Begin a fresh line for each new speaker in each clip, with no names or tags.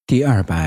第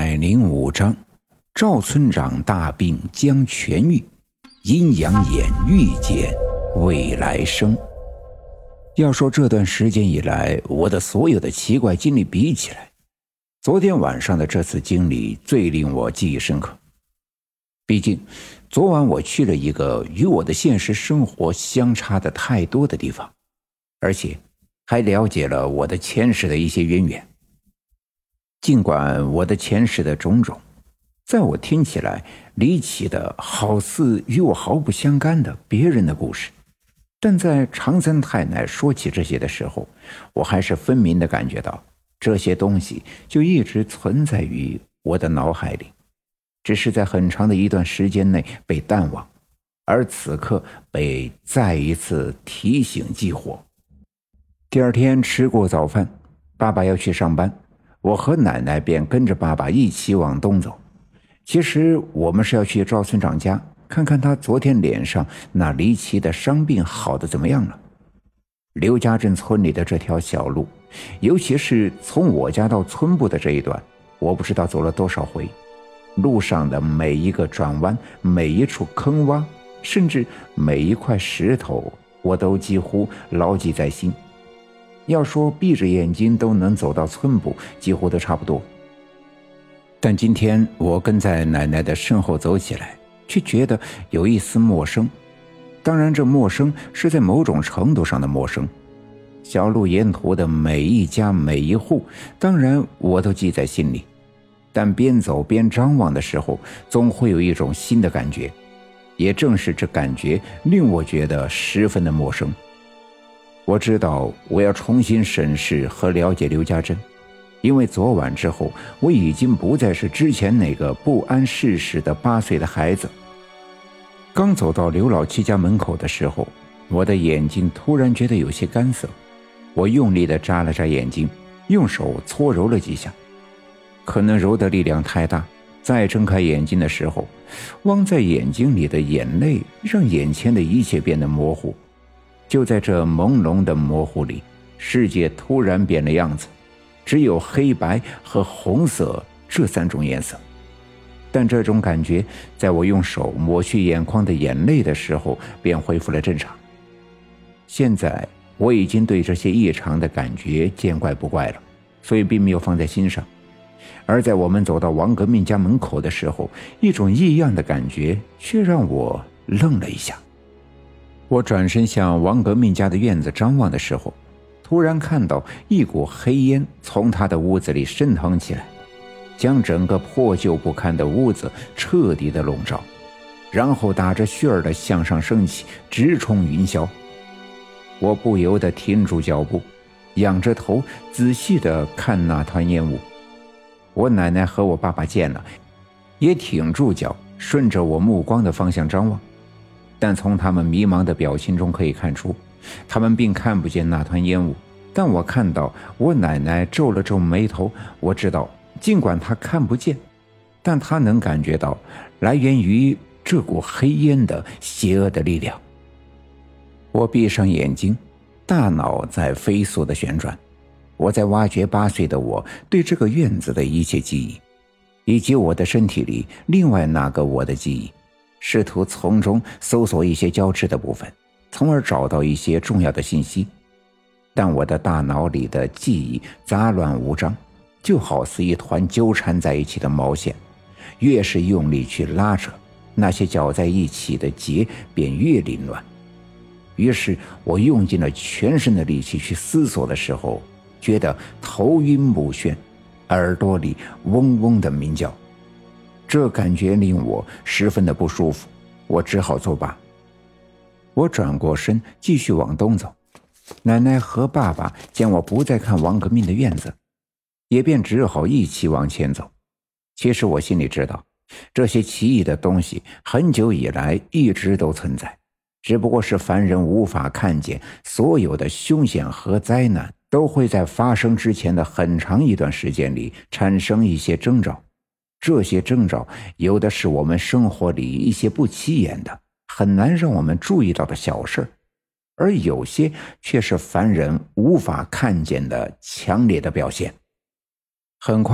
205章，赵村长大病将痊愈，阴阳眼遇见未来生。要说这段时间以来，我的所有的奇怪经历比起来，昨天晚上的这次经历最令我记忆深刻。毕竟昨晚我去了一个与我的现实生活相差的太多的地方，而且还了解了我的前世的一些渊源。尽管我的前世的种种在我听起来离奇的好似与我毫不相干的别人的故事，但在长三太奶说起这些的时候，我还是分明地感觉到这些东西就一直存在于我的脑海里，只是在很长的一段时间内被淡忘，而此刻被再一次提醒激活。第二天吃过早饭，爸爸要去上班，我和奶奶便跟着爸爸一起往东走。其实我们是要去赵村长家，看看他昨天脸上那离奇的伤病好的怎么样了。刘家镇村里的这条小路，尤其是从我家到村部的这一段，我不知道走了多少回。路上的每一个转弯，每一处坑洼，甚至每一块石头，我都几乎牢记在心。要说闭着眼睛都能走到村部，几乎都差不多。但今天我跟在奶奶的身后走起来，却觉得有一丝陌生。当然这陌生是在某种程度上的陌生。小路沿途的每一家每一户，当然我都记在心里，但边走边张望的时候，总会有一种新的感觉。也正是这感觉令我觉得十分的陌生。我知道我要重新审视和了解刘家珍，因为昨晚之后，我已经不再是之前那个不谙世事的8岁的孩子。刚走到刘老七家门口的时候，我的眼睛突然觉得有些干涩，我用力地眨了眨眼睛，用手搓揉了几下，可能揉的力量太大，再睁开眼睛的时候，汪在眼睛里的眼泪让眼前的一切变得模糊。就在这朦胧的模糊里，世界突然变了样子，只有黑白和红色这3种颜色。但这种感觉在我用手抹去眼眶的眼泪的时候便恢复了正常。现在我已经对这些异常的感觉见怪不怪了，所以并没有放在心上。而在我们走到王革命家门口的时候，一种异样的感觉却让我愣了一下。我转身向王革命家的院子张望的时候，突然看到一股黑烟从他的屋子里升腾起来，将整个破旧不堪的屋子彻底的笼罩，然后打着旋儿的向上升起，直冲云霄。我不由得停住脚步，仰着头仔细地看那团烟雾。我奶奶和我爸爸见了，也挺住脚，顺着我目光的方向张望。但从他们迷茫的表情中可以看出，他们并看不见那团烟雾。但我看到我奶奶皱了皱眉头，我知道尽管她看不见，但她能感觉到来源于这股黑烟的邪恶的力量。我闭上眼睛，大脑在飞速的旋转，我在挖掘8岁的我对这个院子的一切记忆，以及我的身体里另外那个我的记忆，试图从中搜索一些交织的部分，从而找到一些重要的信息。但我的大脑里的记忆杂乱无章，就好似一团纠缠在一起的毛线，越是用力去拉扯，那些搅在一起的结便越凌乱。于是我用尽了全身的力气去思索的时候，觉得头晕目眩，耳朵里嗡嗡的鸣叫。这感觉令我十分的不舒服，我只好作罢。我转过身继续往东走，奶奶和爸爸见我不再看王革命的院子，也便只好一起往前走。其实我心里知道，这些奇异的东西很久以来一直都存在，只不过是凡人无法看见。所有的凶险和灾难都会在发生之前的很长一段时间里产生一些征兆，这些征兆有的是我们生活里一些不起眼的，很难让我们注意到的小事，而有些却是凡人无法看见的强烈的表现。很快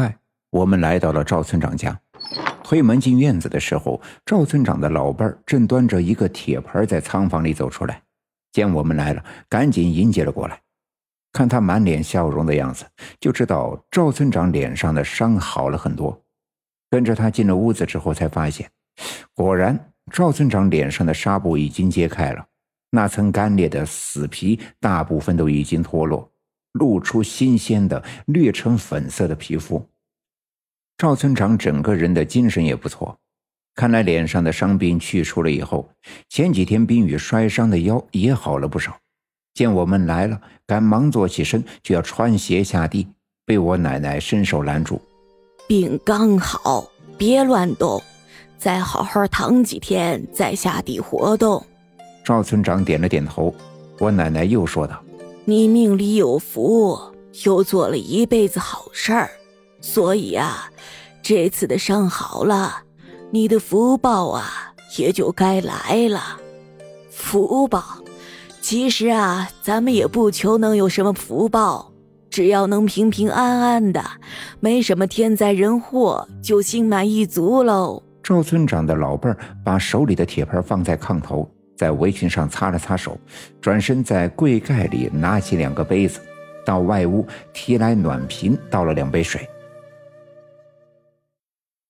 我们来到了赵村长家。推门进院子的时候，赵村长的老伴儿正端着一个铁盆在仓房里走出来，见我们来了，赶紧迎接了过来。看他满脸笑容的样子，就知道赵村长脸上的伤好了很多。跟着他进了屋子之后，才发现果然赵村长脸上的纱布已经揭开了，那层干裂的死皮大部分都已经脱落，露出新鲜的略呈粉色的皮肤。赵村长整个人的精神也不错，看来脸上的伤病去除了以后，前几天冰雨摔伤的腰也好了不少。见我们来了，赶忙坐起身就要穿鞋下地，被我奶奶伸手拦住。
病刚好，别乱动，再好好躺几天再下地活动。
赵村长点了点头。我奶奶又说道：
你命里有福，又做了一辈子好事儿，所以啊，这次的伤好了，你的福报啊也就该来了。福报，其实啊，咱们也不求能有什么福报，只要能平平安安的，没什么天灾人祸，就心满意足喽。
赵村长的老伴儿把手里的铁盆放在炕头，在围裙上擦了擦手，转身在柜盖里拿起2个杯子，到外屋提来暖瓶，倒了2杯水。